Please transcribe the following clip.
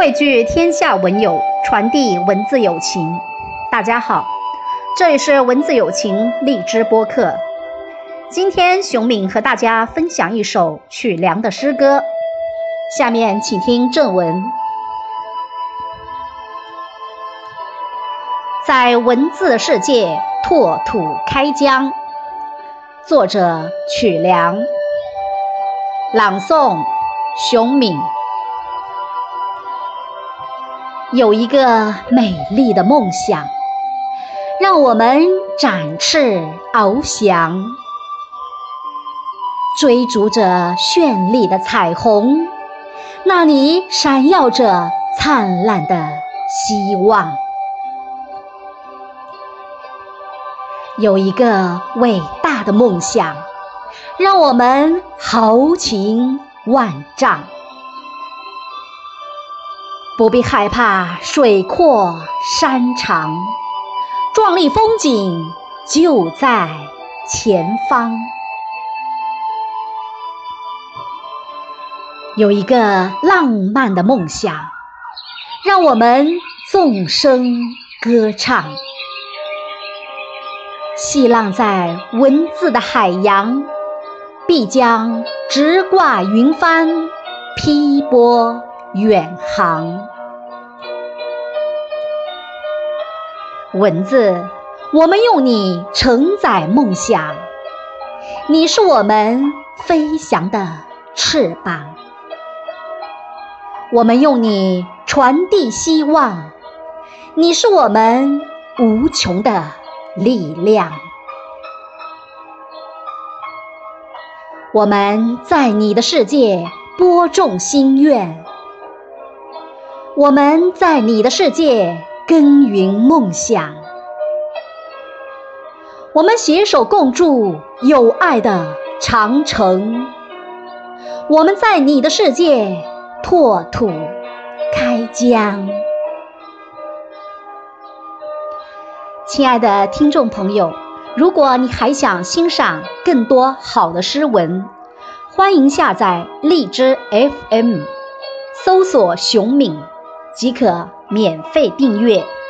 汇聚天下文友，传递文字友情。大家好，这里是文字友情荔枝播客。今天熊敏和大家分享一首曲梁的诗歌，下面请听正文。在文字的世界拓土开疆，作者曲梁，朗诵熊敏。有一个美丽的梦想，让我们展翅翱翔，追逐着绚丽的彩虹，那里闪耀着灿烂的希望。有一个伟大的梦想，让我们豪情万丈，不必害怕水阔山长，壮丽风景就在前方。有一个浪漫的梦想，让我们纵声歌唱。细浪在文字的海洋，必将直挂云帆，劈波远航。文字，我们用你承载梦想，你是我们飞翔的翅膀，我们用你传递希望，你是我们无穷的力量。我们在你的世界播种心愿，我们在你的世界耕耘梦想，我们携手共筑有爱的长城，我们在你的世界拓土开疆。亲爱的听众朋友，如果你还想欣赏更多好的诗文，欢迎下载荔枝 FM， 搜索熊敏即可免费订阅。